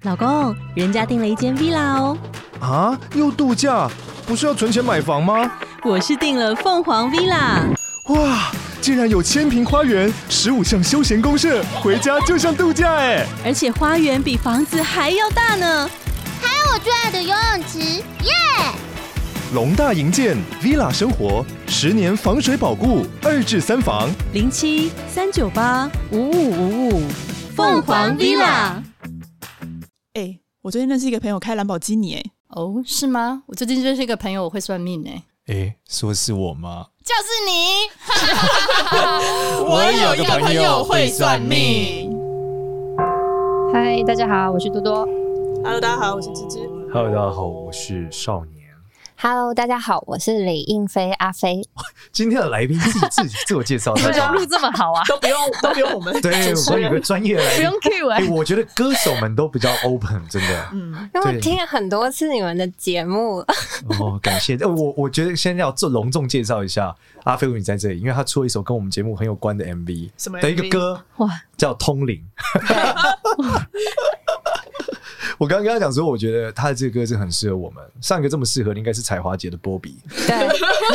老公，人家订了一间 villa 哦。 啊，又度假？不是要存钱买房吗？ 我是订了凤凰 villa。 哇，竟然有1000坪花园，15项休闲公社，回家就像度假哎！ 而且花园比房子还要大呢。 还有我最爱的游泳池，耶！ 龙大营建 villa 生活，10年防水保固，2至3房 07-398-5555，凤凰 villa。 我最近认识一个朋友开兰博基尼哦，是吗？我最近认识一个朋友，我会算命说是我吗？ 就是你。 我有个朋友会算命。 嗨，大家好，我是多多。 Hello， 大家好，我是芝芝。 Hello， 大家好，我是少年。 Hello， 大家好，我是李映菲阿飞。 今天的来宾自我介绍， 为什么录这么好啊？ 都不用我们。 对，我们有个专业的来宾， 不用 Q 我觉得歌手们都比较 open， 真的。 因为我听了很多次你们的节目。 哦，感谢。我觉得现在要隆重介绍一下阿飞你在这里，因为他出了一首跟我们节目很有关的 MV， 什么 MV？ 的一个歌，哇，叫《通灵》。我刚刚跟他讲说，我觉得他的这个歌是很适合我们。上一个这么适合的应该是彩华姐的波比。 对。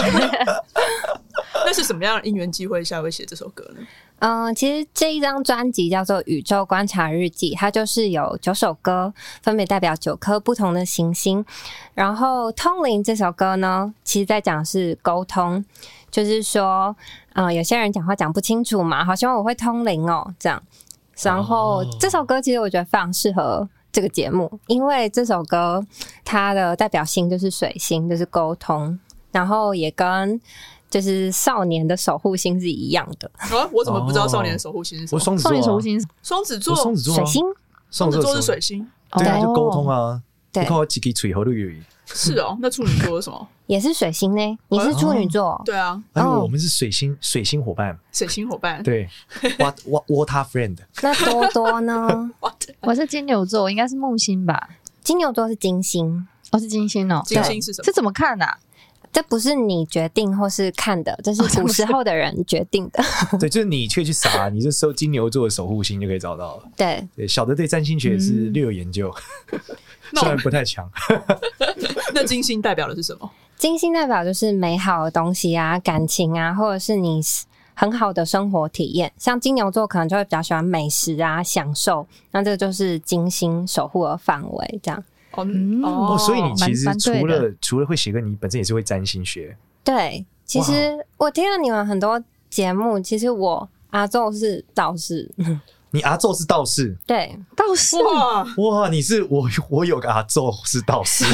那是什么样的因缘机会下会写这首歌呢？ 其实这一张专辑叫做《宇宙观察日记》，它就是有9首歌，分别代表9颗不同的行星。然后《通灵》这首歌呢，其实在讲的是沟通，就是说，有些人讲话讲不清楚嘛，好希望我会通灵哦，这样。然后这首歌其实我觉得非常适合这个节目，因为这首歌它的代表星就是水星，就是沟通，然后也跟就是少年的守护星是一样的。 我怎么不知道少年的守护星是什么？ 我双子座、 少年守护星， 双子座， 水星， 双子座是水星， 对啊，就沟通啊。 对， 你看我几个嘴喉都有。 是哦，那处女座是什么？ 也是水星呢？你是处女座？ 对啊。 我们是水星伙伴。 水星伙伴。 对 ，Water friend。 那多多呢？ 我是金牛座，应该是木星吧？ 金牛座是金星， 是金星哦。 金星是什么？ 这怎么看啊？ 这不是你决定或是看的，这是古时候的人决定的。 对，就是你可以去查，你就搜金牛座的守护星就可以找到了。 对， 小的对占星学是略有研究，虽然不太强。 那金星代表的是什么？ 金星代表就是美好的东西啊，感情啊，或者是你很好的生活体验。像金牛座可能就会比较喜欢美食啊，享受，那这个就是金星守护的范围，这样。 所以你其实除了会写歌，你本身也是会占星学。 对，其实我听了你们很多节目，其实我阿宙是道士。 你阿宙是道士？ 对， 道士。 哇，你是我有个阿宙是道士。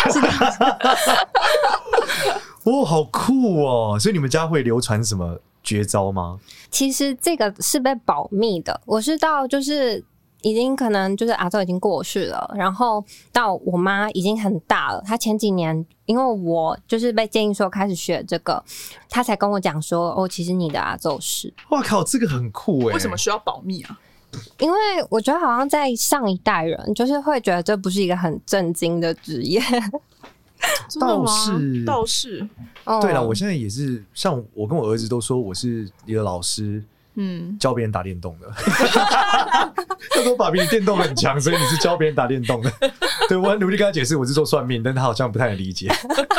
哇，好酷哦！所以你们家会流传什么绝招吗？ 其实这个是被保密的，我是到就是已经可能就是阿宙已经过世了，然后到我妈已经很大了，她前几年因为我就是被建议说开始学这个，她才跟我讲说其实你的阿宙是。 哇靠，这个很酷耶！ 为什么需要保密啊？ 因为我觉得好像在上一代人就是会觉得这不是一个很正经的职业。 道士，对了，我现在也是，像我跟我儿子都说我是你的老师，教别人打电动的。他说爸比你电动很强，所以你是教别人打电动的。对，我很努力跟他解释我是做算命，但他好像不太能理解。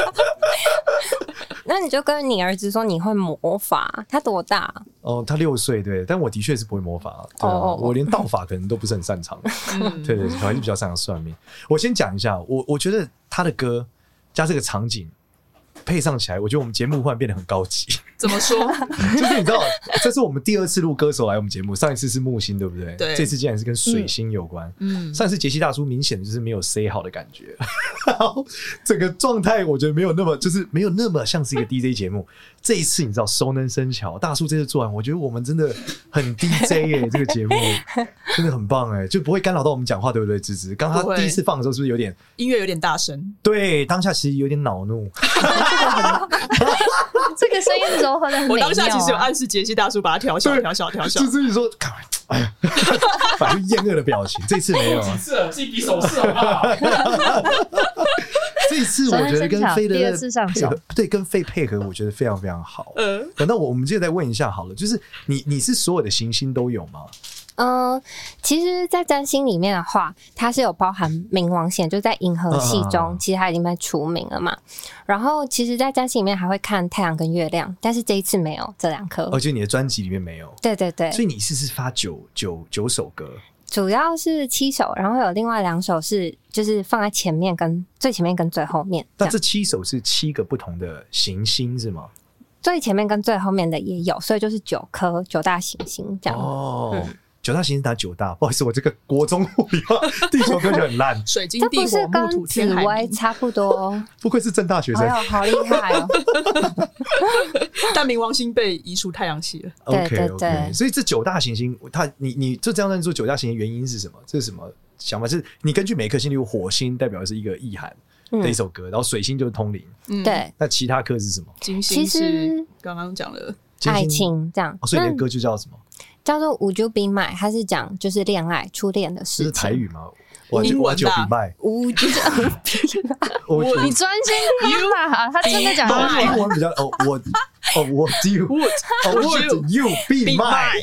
那你就跟你儿子说你会魔法，他多大？ 他6岁，对，但我的确是不会魔法，对啊，我连道法可能都不是很擅长。对，我还是比较擅长算命。我先讲一下，我觉得他的歌加这个场景配上起来，我觉得我们节目忽然变得很高级。 怎么说？ 就是你知道，这是我们第2次录歌手来我们节目，上一次是木星，对不对？ 对， 这次竟然是跟水星有关。上一次杰西大叔明显就是没有 say 好的感觉，然后整个状态我觉得没有那么像是一个 DJ 节目。这一次你知道熟能生巧，大叔这次做完，我觉得我们真的很 DJ 耶，这个节目真的很棒哎，就不会干扰到我们讲话，对不对？芝芝，刚他第一次放的时候是不是有点音乐有点大声？ 对，当下其实有点恼怒。 这个声音柔和的很美妙。 我当下其实有暗示杰西大叔把它调小。 就是你说，哎呀，反正厌恶的表情，这次没有。 几次了，是一比手势好不好？ 这一次我觉得跟飞的第2次上手， 对，跟飞配合，我觉得非常非常好。那我们接着再问一下好了，就是你是所有的行星都有吗？ 其实，在占星里面的话，它是有包含冥王星，就在银河系中，其实它已经被除名了嘛。然后，其实，在占星里面还会看太阳跟月亮，但是这一次没有这2颗。 就你的专辑里面没有。 对对对。 所以你是发9首歌， 主要是7首，然后有另外2首是就是放在前面跟最前面跟最后面。 那这7首是7个不同的行星是吗？ 最前面跟最后面的也有，所以就是9颗9大行星这样。 9大行星打9大，不好意思，我这个国中物理地球科学很烂。 水晶地火木土天海， 这不是跟紫微差不多？ 不愧是政大学生， 好厉害哦！ 但冥王星被移出太阳系了。 OK， 所以这9大行星，你就这样认出9大行星原因是什么？这是什么想法？是你根据每一颗星，例如火星代表的是一个意涵的一首歌，然后水星就是通灵， 对。 那其他颗是什么？ 金星是刚刚讲的爱情这样， 所以你的歌就叫什么？ 叫做 Would You Be Mine， 它是讲就是恋爱、初恋的事情。 这是台语吗？ 英文的。 Would You Be Mine， 你专心听嘛，他真的讲英文比较Would you be mine？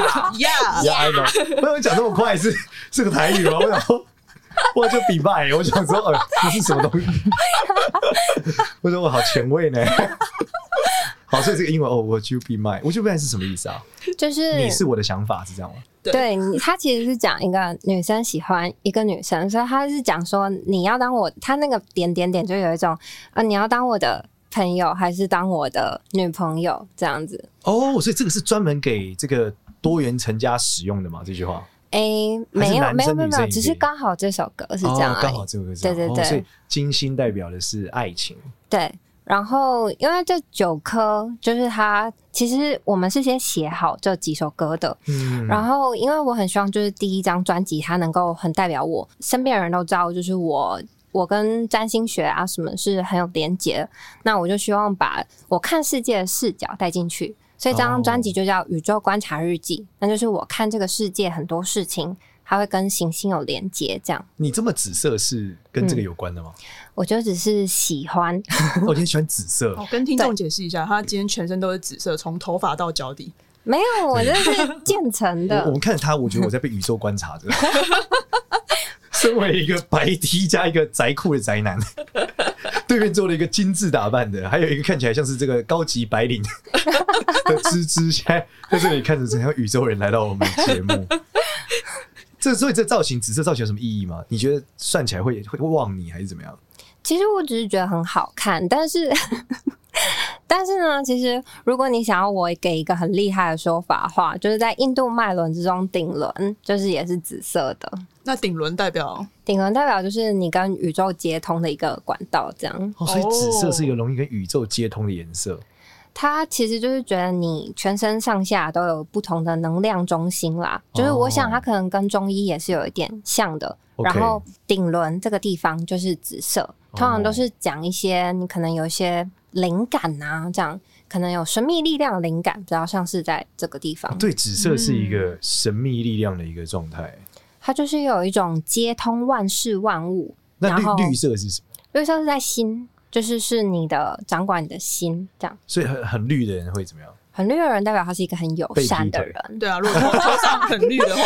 Yeah，I know。为什么讲这么快？是个台语吗？我想说。我就比拜，我想说，这是什么东西？我说我好前卫呢。好，所以这个英文Would you be mine？ Would you be mine 是什么意思啊？ 就是你是我的想法，是这样吗？ 对，他其实是讲一个女生喜欢一个女生，所以他是讲说你要当我，他那个点点点就有一种你要当我的朋友还是当我的女朋友这样子。 所以这个是专门给这个多元成家使用的吗？这句话？ 没有，只是刚好这首歌是这样， 刚好这首歌是这样。 对， 所以金星代表的是爱情。 对，然后因为这9颗就是它，其实我们是先写好这几首歌的。然后因为我很希望就是第一张专辑它能够很代表我，身边的人都知道，就是我跟占星学啊什么是很有连结，那我就希望把我看世界的视角带进去。所以这张专辑就叫《宇宙观察日记》，那就是我看这个世界很多事情，它会跟行星有连接。这样， 你这么紫色是跟这个有关的吗？ 我就只是喜欢， 我很喜欢紫色。 我跟听众解释一下，他今天全身都是紫色，从头发到脚底。 没有，我这是渐层的。 我们看着他，我觉得我在被宇宙观察着。身为一个白 T 加一个宅酷的宅男，对面做了一个精致打扮的，还有一个看起来像是这个高级白领的芝芝，现在这里看着像宇宙人来到我们节目。所以这造型，紫色造型有什么意义吗？你觉得算起来会旺你还是怎么样？ 其实我只是觉得很好看，但是呢，其实如果你想要我给一个很厉害的说法的话，就是在印度脉轮之中，顶轮就是也是紫色的。 那顶轮代表就是你跟宇宙接通的一个管道，这样。 所以紫色是一个容易跟宇宙接通的颜色。 它其实就是觉得你全身上下都有不同的能量中心啦，就是我想它可能跟中医也是有一点像的。然后顶轮这个地方就是紫色，通常都是讲一些你可能有一些灵感啊，这样可能有神秘力量的灵感，比较像是在这个地方。 对，紫色是一个神秘力量的一个状态。 它就是有一种接通万事万物。 那绿色是什么？ 绿色是在心，就是你的掌管你的心这样。 所以很绿的人会怎么样？ 很绿的人代表他是一个很友善的人。 对啊，如果头上很绿的话，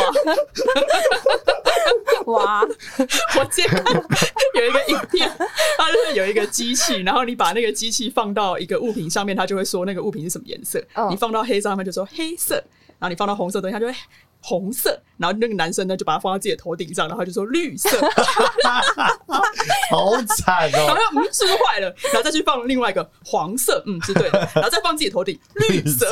哇！我见有一个影片，它就是有一个机器，然后你把那个机器放到一个物品上面，它就会说那个物品是什么颜色。你放到黑上面就说黑色，然后你放到红色东西，它就会红色，然后那个男生呢就把它放到自己的头顶上，然后就说绿色， 好惨哦！ 然后是不是坏了？然后再去放另外一个黄色，是对的，然后再放自己的头顶绿色。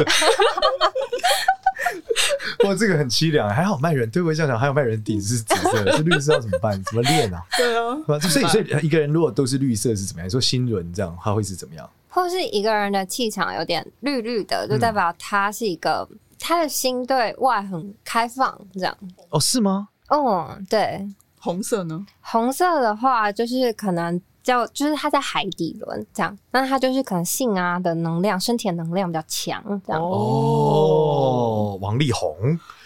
哇，这个很凄凉，还好卖人，对我这样讲，还有卖人顶是紫色的，是绿色要怎么办？怎么练啊？ 对啊， 所以一个人如果都是绿色是怎么样？说心轮这样，他会是怎么样？ 或是一个人的气场有点绿绿的，就代表他是一个。他的心对外很开放，这样。 哦，是吗？ 对。 红色呢？ 红色的话，就是可能就是他在海底轮这样，那他就是可能性啊的能量，身体的能量比较强，这样。 王力宏。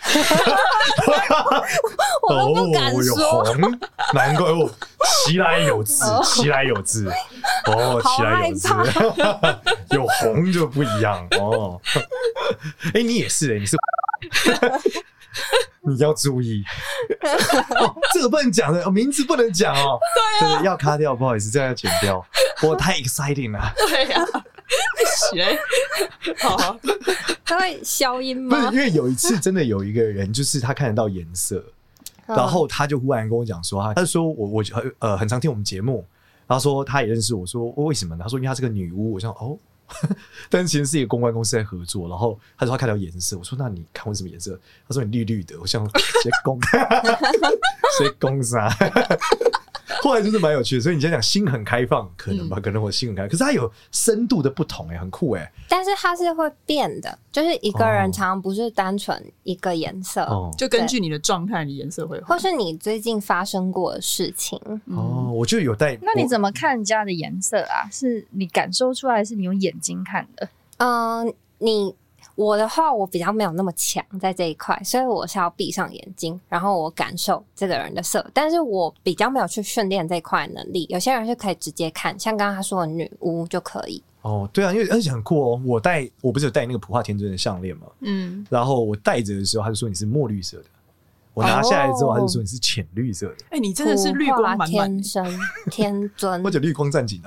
我都不敢说。 有红，难怪其来有自，其来有自。其来有自。有红就不一样哦。你也是你是。 你要注意。这个不能讲的，名字不能讲哦。对，要卡掉，不好意思，这样要剪掉。我太 exciting 了。 对呀，好， 他会消音吗？ 不是，因为有一次真的有一个人，就是他看得到颜色，然后他就忽然跟我讲说，他就说我很常听我们节目，然后说他也认识我，说为什么呢？他说因为他是个女巫，我想哦。但是其实是一个公关公司在合作，然后他说他看到颜色，我说那你看我什么颜色？他说你绿绿的，我想谁攻谁攻啥？后来就是蛮有趣的，所以你现在讲心很开放，可能吧，可能我心很开放，可是它有深度的不同很酷但是它是会变的，就是一个人常常不是单纯一个颜色， 就根据你的状态，你颜色会或是你最近发生过的事情。 我就有带。 那你怎么看人家的颜色啊？是你感受出来，还是你用眼睛看的？ 我的话，我比较没有那么强在这一块，所以我是要闭上眼睛，然后我感受这个人的色。但是我比较没有去训练这一块能力。有些人是可以直接看，像刚刚他说的女巫就可以。 对啊，因为而且很酷哦。我不是有戴那个普化天尊的项链嘛，然后我戴着的时候，他就说你是墨绿色的。我拿下来之后，他就说你是浅绿色的。 你真的是绿光满满。 天生天尊， 或者绿光战警啊。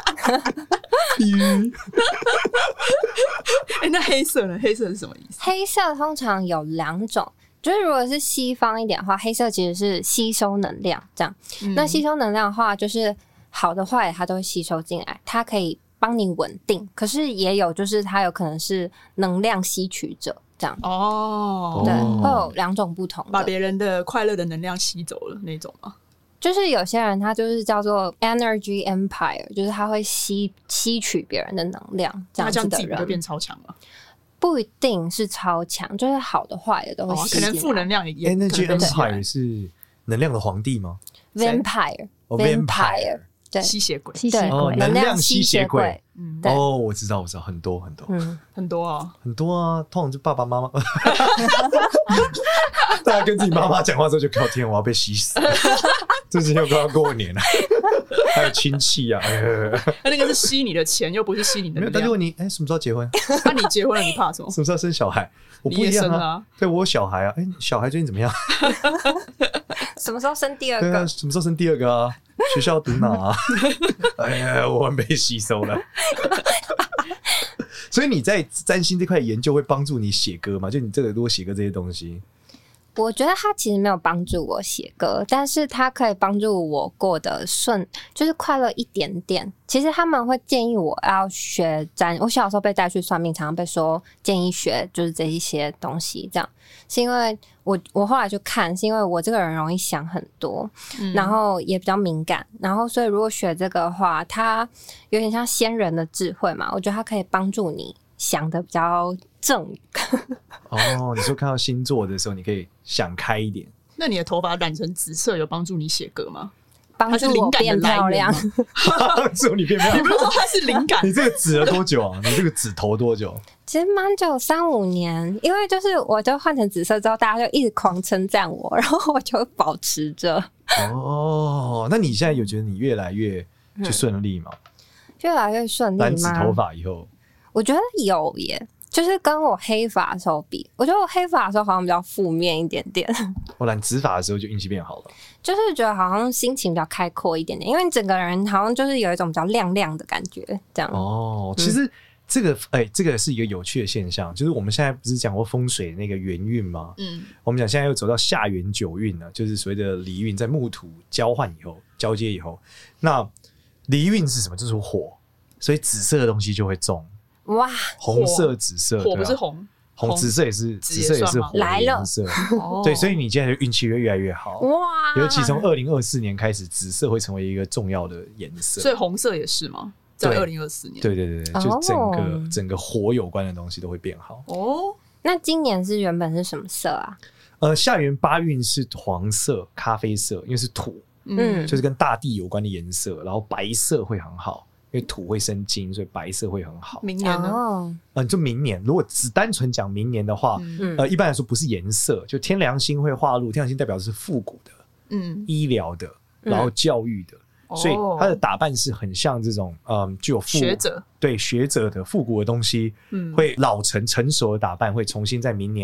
那黑色呢？黑色是什么意思？ 黑色通常有2种，就是如果是西方一点的话，黑色其实是吸收能量这样。那吸收能量的话，就是好的坏的它都会吸收进来，它可以帮你稳定。可是也有就是它有可能是能量吸取者这样。对，会有2种不同的， 把别人的快乐的能量吸走了那种吗？ 就是有些人他就是叫做 energy empire， 就是他会吸取别人的能量，这样子的人， 那这样自己会变超强吗？ 不一定是超强，就是好的坏的都会吸进来。 可能负能量也 energy empire 是能量的皇帝吗 ？vampire， 对， 吸血鬼， 能量吸血鬼。我知道，很多很多， 很多啊， 很多啊，通常就爸爸妈妈，大家跟自己妈妈讲话之后就靠天，我要被吸死了。这几天又快要过年了，还有亲戚啊， 那个是吸你的钱，又不是吸你的能量。 但如果你什么时候结婚？ 那你结婚了，你怕什么？ 什么时候生小孩？我不一样啊。对，我有小孩啊。小孩最近怎么样？ 什么时候生第二个？ 对啊，什么时候生第二个啊？学校读哪啊？我们被吸收了。所以你在占星这块研究会帮助你写歌吗？就你这个如果写歌这些东西， 我觉得它其实没有帮助我写歌，但是它可以帮助我过得顺，就是快乐一点点。其实他们会建议我要学我小时候被带去算命，常常被说建议学就是这一些东西，这样是因为我后来就看，是因为我这个人容易想很多，然后也比较敏感，然后所以如果学这个的话，它有点像先人的智慧嘛，我觉得它可以帮助你想的比较正。 你说看到星座的时候，你可以想开一点。 那你的头发染成紫色，有帮助你写歌吗？ 帮助我变漂亮， 帮助你变漂亮。 你不是说它是灵感？ 你这个紫了多久啊？你这个紫头多久？ 其实蛮久，3-5年。因为就是我就换成紫色之后，大家就一直狂称赞我，然后我就保持着。 那你现在有觉得你越来越就顺利吗？ 越来越顺利吗？ 染紫头发以后， 我觉得有耶。就是跟我黑发的时候比，我觉得我黑发的时候好像比较负面一点点。 我染直发的时候就运气变好了， 就是觉得好像心情比较开阔一点点，因为你整个人好像就是有一种比较亮亮的感觉，这样。 其实这个是一个有趣的现象，就是我们现在不是讲过风水那个元运吗？我们讲现在又走到下元9运了，就是所谓的离运，在木土交接以后，那离运是什么？就是火，所以紫色的东西就会重。哇，红色、紫色， 火不是红， 紫色也是，紫色也是火的颜色。对，所以你现在的运气越来越好。哇，尤其从2024年开始，紫色会成为一个重要的颜色。 所以红色也是吗？在2024年， 对，就整个火有关的东西都会变好。 那今年是原本是什么色啊？ 下元8运是黄色、咖啡色，因为是土，就是跟大地有关的颜色。然后白色会很好。因为土会生金，所以白色会很好。 明年呢？ 就明年，如果只单纯讲明年的话，一般来说不是颜色，就天梁星会化入，天梁星代表的是复古的，医疗的，然后教育的，所以他的打扮是很像这种具有学者， 对学者的复古的东西，会老成熟的打扮，会重新在明年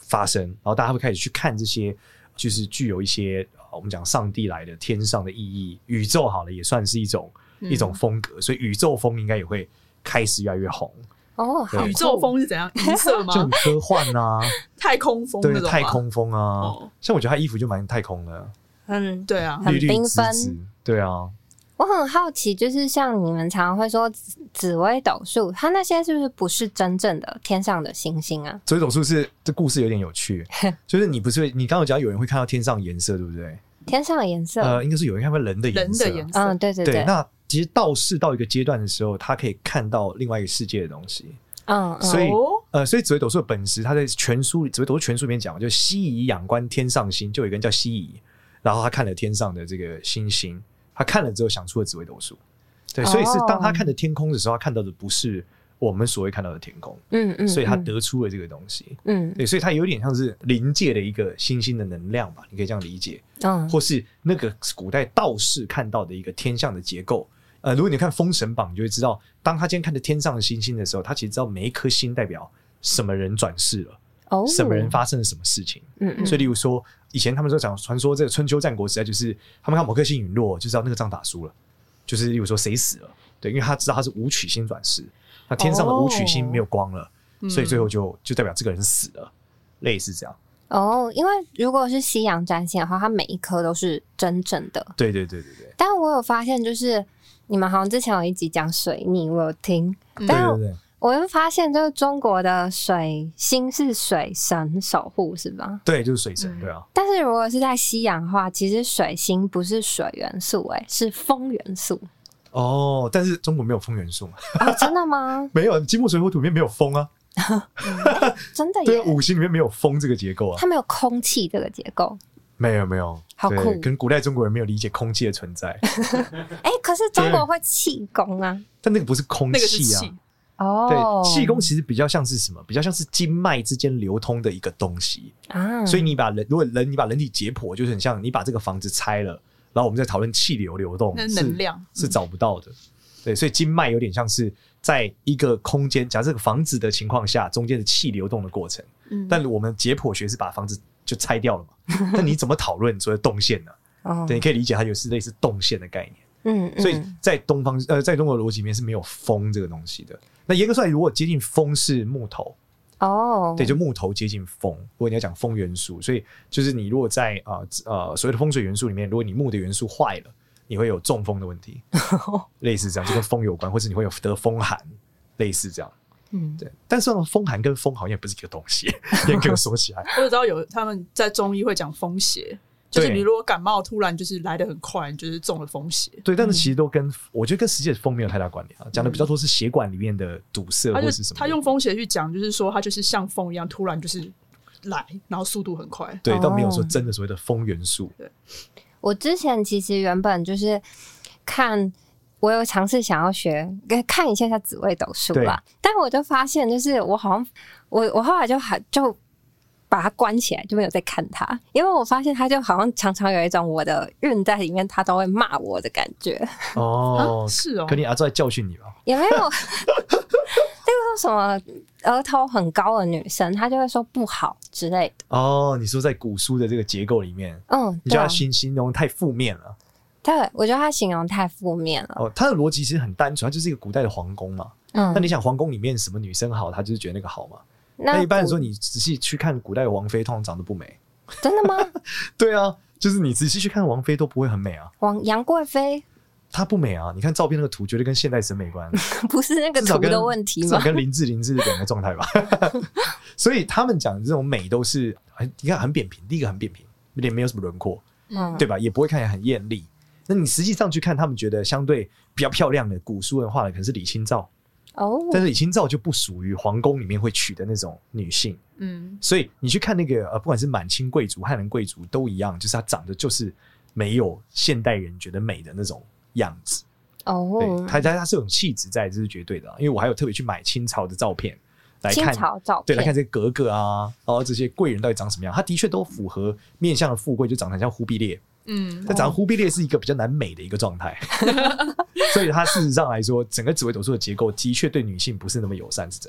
发生，然后大家会开始去看这些，就是具有一些我们讲上帝来的天上的意义，宇宙好了也算是一种风格，所以宇宙风应该也会开始越来越红。 哦， 宇宙风是怎样？银色吗？ 就很科幻啊， 太空风那种吗？ 对，太空风啊。像我觉得他衣服就蛮太空的。 对啊， 很绿绿缤纷。 紫紫，对啊。 我很好奇，就是像你们常常会说紫微斗数，它那些是不是真正的天上的星星啊？ 紫微斗数是这故事有点有趣，就是你刚刚有讲有人会看到天上颜色，对不对？ 天上的颜色， 应该是有人看到人的颜色。 嗯，对对对。 那其实道士到一个阶段的时候，他可以看到另外一个世界的东西。所以紫微斗数的本质，他在全书紫微斗数全书里面讲，就西夷仰观天上星，就有一个人叫西夷，然后他看了天上的这个星星。他看了之后想出了紫微斗数，对，所以是当他看着天空的时候，他看到的不是我们所谓看到的天空，所以他得出了这个东西，对，所以他有点像是临界的一个星星的能量吧，你可以这样理解，或是那个古代道士看到的一个天象的结构。如果你看《封神榜》，你就会知道，当他今天看着天上的星星的时候，他其实知道每一颗星代表什么人转世了，什么人发生了什么事情。所以例如说以前他们说讲传说这个春秋战国时代，就是他们看某颗星陨落就知道那个仗打输了，就是例如说谁死了，对，因为他知道他是武曲星转世，那天上的武曲星没有光了，所以最后就代表这个人死了，类似这样。 因为如果是西洋占星的话，它每一颗都是真正的。 对。 但我有发现，就是你们好像之前有一集讲水逆，我有听，但我又发现，就是中国的水星是水神守护，是吧？ 对，就是水神，对啊。 但是如果是在西洋的话，其实水星不是水元素，是风元素。 但是中国没有风元素真的吗？ 没有，金木水火土里面没有风啊。 真的耶？ 对，五行里面没有风这个结构啊。 它没有空气这个结构。 没有， 好酷！ 跟古代中国人没有理解空气的存在。 可是中国会气功啊， 但那个不是空气啊。对，气功其实比较像是什么？比较像是经脉之间流通的一个东西啊。所以你把你把人体解剖，就是很像你把这个房子拆了，然后我们在讨论气流流动， 能量是找不到的。对，所以经脉有点像是在一个空间，假设这个房子的情况下，中间的气流动的过程。但我们解剖学是把房子就拆掉了嘛？那你怎么讨论所谓动线呢？对，你可以理解它就是类似动线的概念。所以在在中国的逻辑里面是没有风这个东西的。那严格说来，如果接近风是木头，对，就木头接近风。如果你要讲风元素，所以就是你如果在所谓的风水元素里面，如果你木的元素坏了，你会有中风的问题，类似这样，就跟风有关，或者你会有得风寒，类似这样。对。但是风寒跟风好像也不是一个东西，严格说起来， 我知道他们在中医会讲风邪。就是你如果感冒突然就是来得很快，你就是中了风邪。 对，但是其实都我觉得跟实际的风没有太大关联啊。讲的比较多是血管里面的堵塞或是什么。 他用风邪去讲，就是说他就是像风一样，突然就是来，然后速度很快。 对，倒没有说真的所谓的风元素。 对， 我之前其实原本就是我有尝试想要看一下紫微斗数啦，但我就发现，就是我好像我后来就把它关起来，就没有再看它，因为我发现它就好像常常有一种我的运在里面，它都会骂我的感觉。 是哦， 可你阿祖在教训你吧？ 也没有，那个说什么额头很高的女生，她就会说不好之类的。 你说在古书的这个结构里面，你觉得形容太负面了？ 对，我觉得他形容太负面了。 他的逻辑其实很单纯，他就是一个古代的皇宫嘛。那你想皇宫里面什么女生好，他就是觉得那个好嘛。那一般来说，你仔细去看古代的王妃，通常长得不美。 真的吗？ 对啊，就是你仔细去看王妃都不会很美啊。 杨贵妃她不美啊，你看照片那个图，绝对跟现代审美观不是那个图的问题吗？ 至少跟林志玲是两个状态吧。所以他们讲的这种美都是，你看很扁平，第一个很扁平，脸没有什么轮廓，对吧？也不会看起来很艳丽。那你实际上去看，他们觉得相对比较漂亮的古书人画的可能是李清照。但是李清照就不属于皇宫里面会娶的那种女性，所以你去看那个不管是满清贵族、汉人贵族都一样，就是她长得就是没有现代人觉得美的那种样子。对，她是有种气质在，这是绝对的。因为我还有特别去买清朝的照片来看，对，来看这个格格啊，然后这些贵人到底长什么样，她的确都符合面向的富贵，就长得很像忽必烈。但长得忽必烈是一个比较难美的一个状态，所以它事实上来说，整个紫微斗数的结构的确对女性不是那么友善，是真的。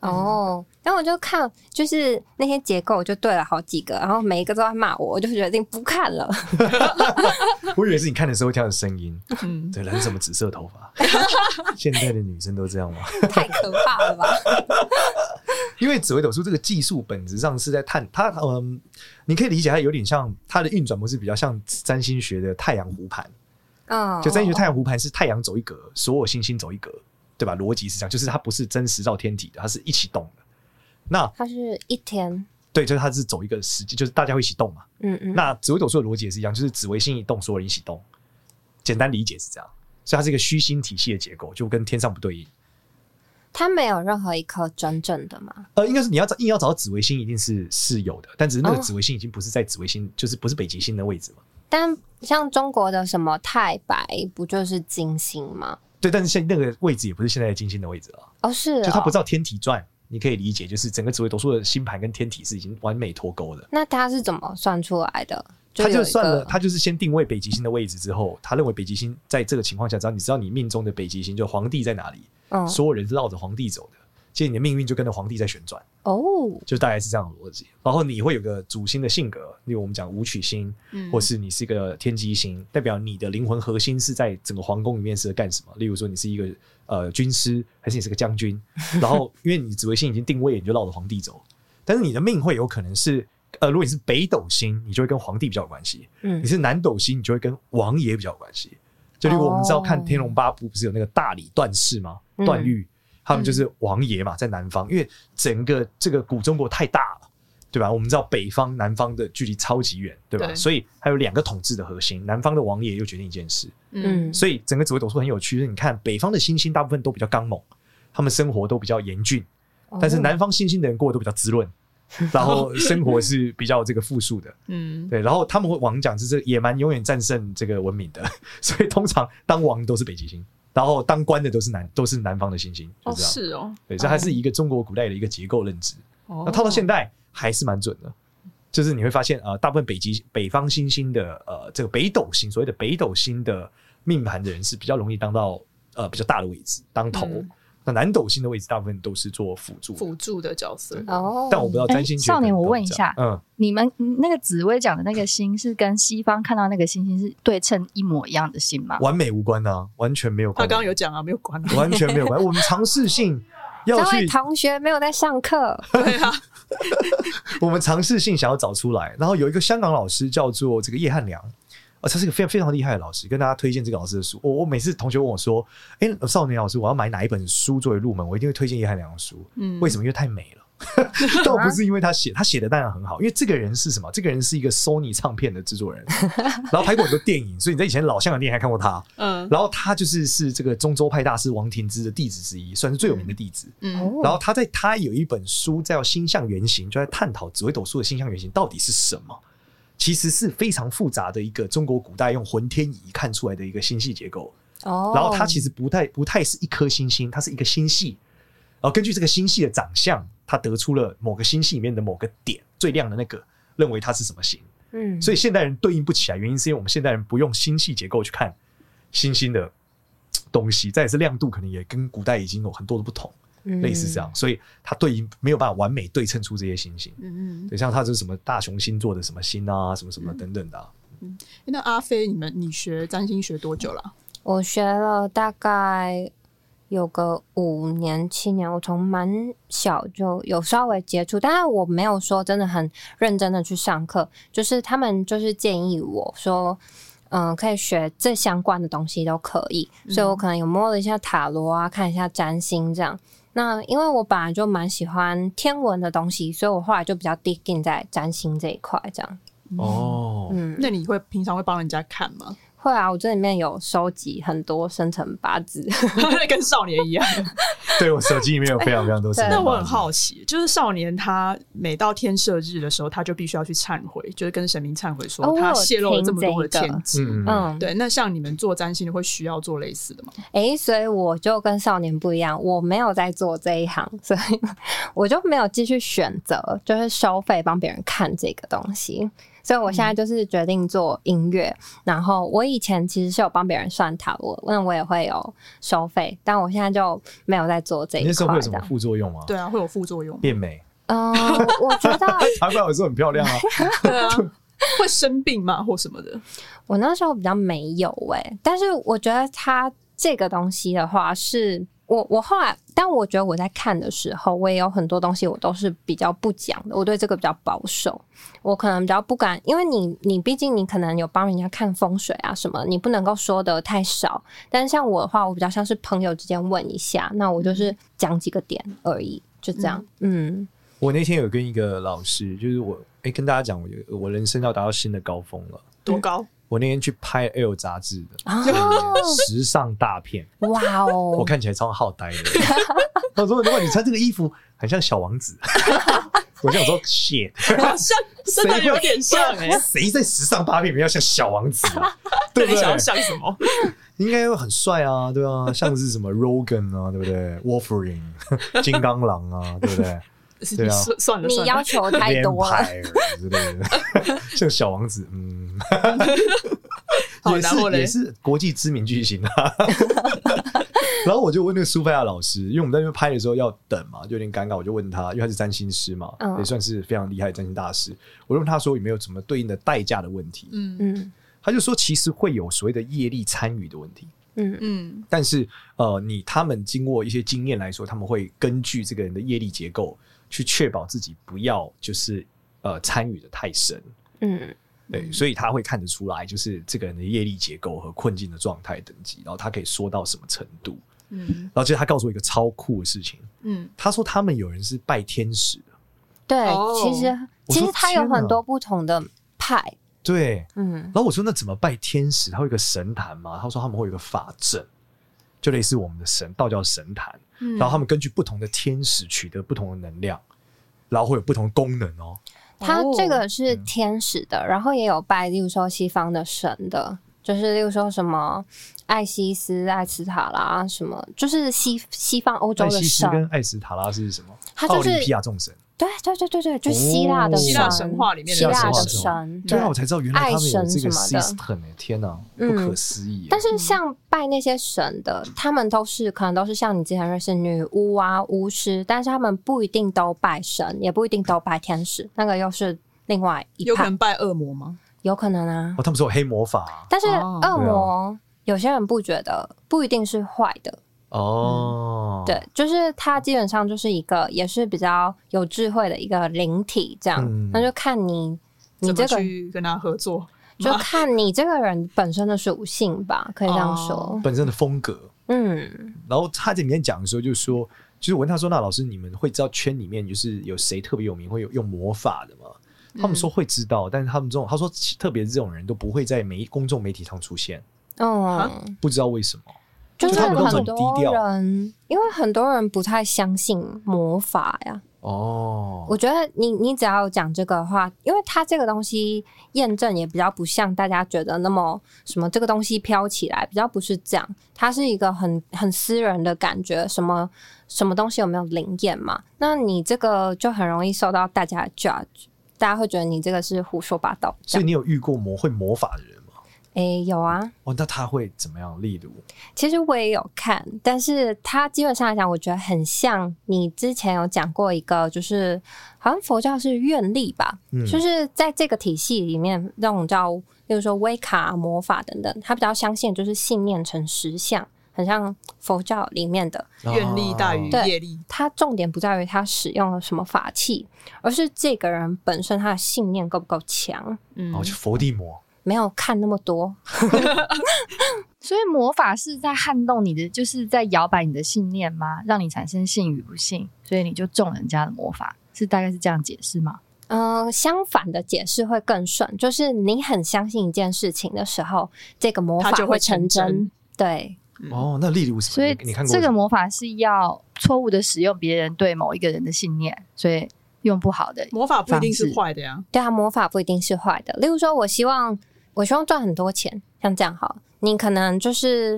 然后我就看，就是那些结构，我就对了好几个，然后每一个都在骂我，我就决定不看了。 我以为是你看的时候会听到的声音，对，人怎么紫色头发？现在的女生都这样吗？ 太可怕了吧！ 因为紫微斗数这个技术本质上是在探它，你可以理解它有点像它的运转模式，比较像占星学的太阳弧盘。就占星学太阳弧盘是太阳走一格，所有星星走一格，对吧？逻辑是这样，就是它不是真实绕天体的，它是一起动的。那它是一天， 对，就是它是走一个时间，就是大家会一起动嘛。那紫微斗数的逻辑也是一样，就是紫微星一动，所有人一起动。简单理解是这样，所以它是一个虚星体系的结构，就跟天上不对应。 它没有任何一颗真正的吗？ 应该是你要硬要找到紫微星，一定是有的，但只是那个紫微星已经不是在紫微星，就是不是北极星的位置嘛。 但像中国的什么太白，不就是金星吗？ 对，但是现在那个位置也不是现在的金星的位置了。 是就它不照天体转，你可以理解，就是整个紫微斗数的星盘跟天体是已经完美脱钩的。 那它是怎么算出来的？ 他就算了，他就是先定位北极星的位置之后，他认为北极星在这个情况下，只要你知道你命中的北极星就皇帝在哪里，所有人是绕着皇帝走的，其实你的命运就跟着皇帝在旋转。就大概是这样的逻辑。然后你会有个主星的性格，例如我们讲武曲星，或是你是一个天机星，代表你的灵魂核心是在整个皇宫里面是干什么。例如说你是一个军师，还是你是个将军。然后因为你紫微星已经定位，你就绕着皇帝走，但是你的命会有可能是。如果你是北斗星，你就会跟皇帝比较有关系；你是南斗星，你就会跟王爷比较有关系。就例如我们知道看《天龙八部》，不是有那个大理段氏吗？段誉他们就是王爷嘛，在南方，因为整个这个古中国太大了，对吧？我们知道北方、南方的距离超级远，对吧？对，所以还有2个统治的核心，南方的王爷又决定一件事。所以整个紫微斗数很有趣，就是你看北方的星星大部分都比较刚猛，他们生活都比较严峻，但是南方星星的人过得都比较滋润。然后生活是比较这个富庶的，对，然后他们会王讲就是野蛮永远战胜这个文明的，所以通常当王都是北极星，然后当官的都是南方的星星，就这样。 是哦， 对，这还是一个中国古代的一个结构认知。那套到现代还是蛮准的，就是你会发现大部分北方星星的这个北斗星，所谓的北斗星的命盘的人是比较容易当到比较大的位置当头。那南斗星的位置大部分都是做辅助的角色。 但我不知道占星学。 少年，我问一下，你们那个紫微讲的那个星是跟西方看到那个星星是对称一模一样的星吗？ 完美无关啊，完全没有关。 他刚刚有讲啊，没有关啊， 完全没有关。我们尝试性要去， 这位同学没有在上课。 对啊， 我们尝试性想要找出来，然后有一个香港老师叫做这个叶汉良。他是一个非常厉害的老师，跟大家推荐这个老师的书。我每次同学问我说：“少年老师，我要买哪一本书作为入门？”我一定会推荐叶汉良的书。为什么？因为太美了。倒不是因为他写的当然很好，因为这个人是什么？这个人是一个 Sony 唱片的制作人，然后拍过很多电影，所以你在以前老香港电影还看过他。然后他是这个中州派大师王庭之的弟子之一，算是最有名的弟子。然后他有一本书叫《星象原型》，就在探讨紫微斗数的星象原型到底是什么。其实是非常复杂的一个中国古代用浑天仪看出来的一个星系结构。然后它其实不太是一颗星星，它是一个星系。然后根据这个星系的长相，它得出了某个星系里面的某个点最亮的那个，认为它是什么星。所以现代人对应不起来，原因是因为我们现代人不用星系结构去看星星的东西，再也是亮度可能也跟古代已经有很多的不同。类似这样，所以它对应没有办法完美对称出这些星星。对，像它就是什么大雄星座的什么星啊，什么什么等等的啊。 那阿飞，你学占星学多久了？ 我学了大概有个5年7年，我从蛮小就有稍微接触，但是我没有说真的很认真的去上课，就是他们就是建议我说可以学这相关的东西都可以，所以我可能有摸了一下塔罗啊，看一下占星这样。那因为我本来就蛮喜欢天文的东西，所以我后来就比较 dig in 在占星这一块这样。 那你平常会帮人家看吗？ 会啊，我这里面有收集很多生辰八字， 跟少年一样。 对，我手机里面有非常非常多生辰八字。 那我很好奇，就是少年他每到天赦日的时候，他就必须要去忏悔，就是跟神明忏悔说他泄露了这么多的天机。对，那像你们做占星的会需要做类似的吗？ 所以我就跟少年不一样，我没有在做这一行，所以我就没有继续选择就是收费帮别人看这个东西。 所以我现在就是决定做音乐。然后我以前其实是有帮别人算塔罗，那我也会有收费，但我现在就没有在做这一块。 你那时候会有什么副作用吗？ 对啊，会有副作用。 变美。 我觉得查过来我说很漂亮啊。 对啊，会生病吗或什么的？ 我那时候比较没有但是我觉得它这个东西的话是。我后来，但我觉得我在看的时候，我也有很多东西我都是比较不讲的，我对这个比较保守，我可能比较不敢，因为你毕竟你可能有帮人家看风水啊什么，你不能够说的太少。但是像我的话，我比较像是朋友之间问一下，那我就是讲几个点而已，就这样。 我那天有跟一个老师，就是我跟大家讲，我人生要达到新的高峰了， 多高？ 我那天去拍 L 杂志的时尚大片， 哇哦！ 我看起来超好呆的。他说：“如果你穿这个衣服，很像小王子。”我想说 ，shit， 好像真的有点像谁在时尚大片里面要像小王子啊？对不对？ 想要像什么？ 应该会很帅啊，对啊，像是什么 Rogan 啊，对不对 ？Wolverine 金刚狼啊，对不对？对啊， 算了， 你要求太多了之类的，像小王子，也是国际知名巨星啊。然后我就问那个苏菲亚老师，因为我们在那边拍的时候要等嘛，就有点尴尬，我就问他，因为他是占星师嘛，也算是非常厉害的占星大师。我问他说有没有什么对应的代价的问题？他就说其实会有所谓的业力参与的问题。但是他们经过一些经验来说，他们会根据这个人的业力结构去确保自己不要就是参与的太深。对，所以他会看得出来，就是这个人的业力结构和困境的状态等级，然后他可以说到什么程度。然后其实他告诉我一个超酷的事情。他说他们有人是拜天使的。 对，其实他有很多不同的派。 对，然后我说那怎么拜天使？他会有一个神坛吗？他说他们会有一个法阵，就类似我们的道教神坛。然后他们根据不同的天使取得不同的能量，然后会有不同的功能哦。 他这个是天使的，然后也有拜，例如说西方的神的，就是例如说什么艾西斯、艾斯塔拉什么，就是西方欧洲的神。艾西斯跟艾斯塔拉是什么？ 他就是奥林匹亚众神。 对，就希腊的希腊神话里面的希腊的神。 对啊，我才知道原来他们有这个 system， 天哪，不可思议。 但是像拜那些神的，他们可能都是像你之前认识女巫啊、巫师，但是他们不一定都拜神，也不一定都拜天使，那个又是另外一派。 有可能拜恶魔吗？ 有可能啊。 他们说有黑魔法， 但是恶魔有些人不觉得，不一定是坏的。对，就是它基本上就是一个也是比较有智慧的一个灵体，这样，那就看你这个去跟他合作， 就看你这个人本身的属性吧，可以这样说， 本身的风格。然后他在里面讲的时候就说，就是我问他说，那老师你们会知道圈里面就是有谁特别有名会有用魔法的吗？他们说会知道，但是他们他说特别这种人都不会在公众媒体上出现。不知道为什么。 就是很多人，因为很多人不太相信魔法呀。我觉得你只要讲这个的话，因为它这个东西验证也比较不像大家觉得那么什么这个东西飘起来，比较不是这样。它是一个很私人的感觉，什么东西有没有灵验嘛？那你这个就很容易受到大家的 judge， 大家会觉得你这个是胡说八道。 所以你有遇过会魔法的人？ 有啊。 那他会怎么样？例如， 其实我也有看，但是他基本上来讲，我觉得很像你之前有讲过一个，就是好像佛教是愿力吧，就是在这个体系里面，那种叫，例如说威卡魔法等等，他比较相信就是信念成实相，很像佛教里面的愿力大于业力。 他重点不在于他使用了什么法器，而是这个人本身他的信念够不够强。 就佛地魔。 没有看那么多。 所以魔法是在撼动你的，就是在摇摆你的信念吗？让你产生信与不信，所以你就中人家的魔法，是大概是这样解释吗？ 相反的解释会更顺，就是你很相信一件事情的时候，这个魔法会成真。对。 那例如什么？ 所以你看过这个魔法是要错误的使用别人对某一个人的信念，所以用不好的魔法不一定是坏的呀。 对啊，魔法不一定是坏的。例如说，我希望赚很多钱，像这样好了，你可能就是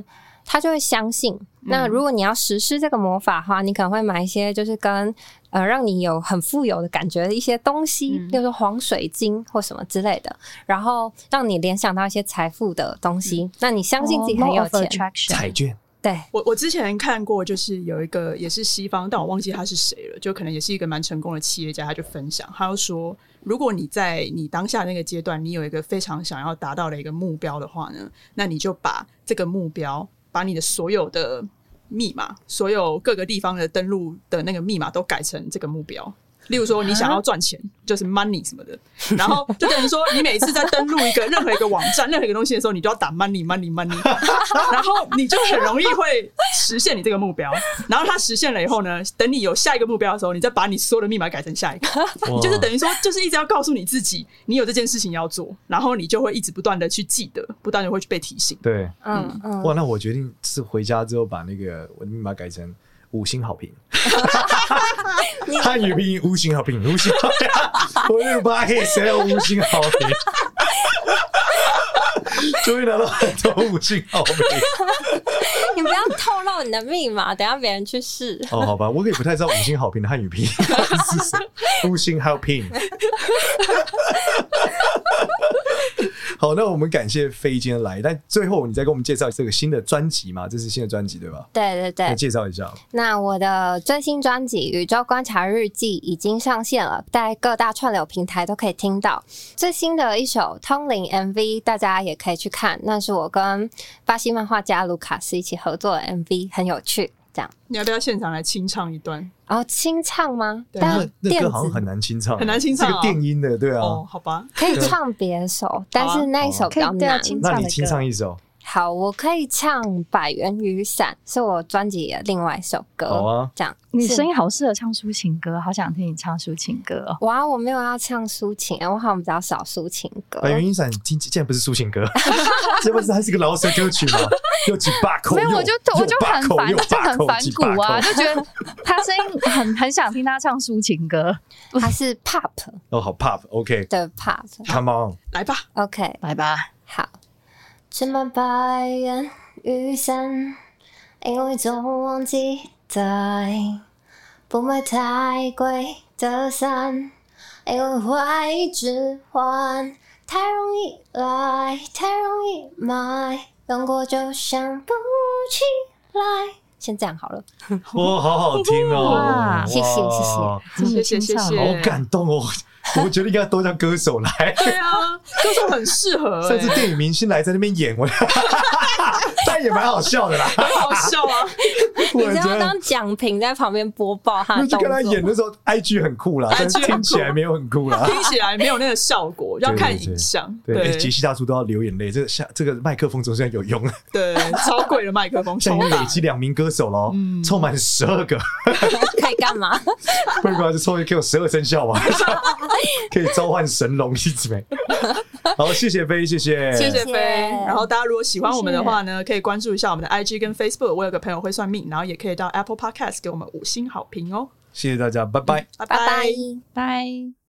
他就会相信。那如果你要实施这个魔法的话，你可能会买一些就是跟让你有很富有的感觉的一些东西，比如说黄水晶或什么之类的，然后让你联想到一些财富的东西，那你相信自己很有钱。 彩券。 对， 我之前看过，就是有一个也是西方，但我忘记他是谁了，就可能也是一个蛮成功的企业家，他就分享，他就说，如果你在你当下那个阶段，你有一个非常想要达到的一个目标的话呢，那你就把这个目标，把你的所有的密码，所有各个地方的登录的那个密码都改成这个目标。例如说你想要赚钱，就是 money 什么的，然后就等于说你每次在登录任何一个网站任何一个东西的时候，你都要打 money， 然后你就很容易会实现你这个目标，然后它实现了以后呢，等你有下一个目标的时候，你再把你所有的密码改成下一个，你就是等于说就是一直要告诉你自己你有这件事情要做，然后你就会一直不断的去记得，不断的会去被提醒。 对，哇，那我决定是回家之后把那个我的密码改成5星好评，汉语拼音5星好评，5星好评，我这个吧可以谁有5星好评，就会拿到很多5星好评。 你不要透露你的密码，等一下别人去试。 哦，好吧，我也不太知道5星好评的汉语拼音是什么，5星好评。好，那我们感谢飞今天来，但最后你再给我们介绍这个新的专辑嘛？这是新的专辑对吧？ 对对对， 介绍一下。 那我的最新专辑《宇宙观察日记》已经上线了，在各大串流平台都可以听到。最新的一首通灵 MV 大家也可以去看，那是我跟巴西漫画家卢卡斯一起合作的 MV， 很有趣。这样， 你要不要现场来清唱一段？ 清唱吗？ 但那歌好像很难清唱， 很难清唱， 这个电音的，对啊。 哦，好吧， 可以唱别首，但是那一首比较难。 那你清唱一首。 好，我可以唱《百元雨伞》，是我专辑的另外一首歌。 好啊， 这样你声音好适合唱抒情歌，好想听你唱抒情歌哦。 哇，我没有要唱抒情，我好像比较少抒情歌。 百元雨伞竟然不是抒情歌，这不是还是个饶舌歌曲吗？有几把口， 没有，我就很烦，就很反骨啊，就觉得他声音很想听他唱抒情歌。 他是 pop 哦，好 pop，OK， 对 pop，Come on， 来吧 ，OK， 来吧， 好。只买百元雨伞，因为总忘记带，不买太贵的伞，因为会置换，太容易来，太容易买，用过就想不起来。先这样好了。 哇，好好听哦！ 谢谢， 好感动哦！我觉得应该多叫歌手来。 对啊，歌手很适合。 上次电影明星来在那边演，但也蛮好笑的啦， 很好笑啊！ 你是要当奖评在旁边播报他的动作？ 就跟他演的时候 ，IG 很酷啦，但是听起来没有很酷啦， 听起来没有那个效果，要看影像。 对，杰西大叔都要流眼泪，这个麦克风总算有用。 对，超贵的麦克风， 现在累积2名歌手咯，凑满12个， 可以干嘛？ 不然就凑给我12生肖吧，可以召唤神龙一直没。好，谢谢飞，谢谢飞。然后大家如果喜欢我们的话呢，可以关注一下我们的 IG 跟 Facebook。我有个朋友会算命，然后也可以到 Apple Podcast 给我们5星好评哦。 谢谢大家，拜拜， 拜拜， 拜。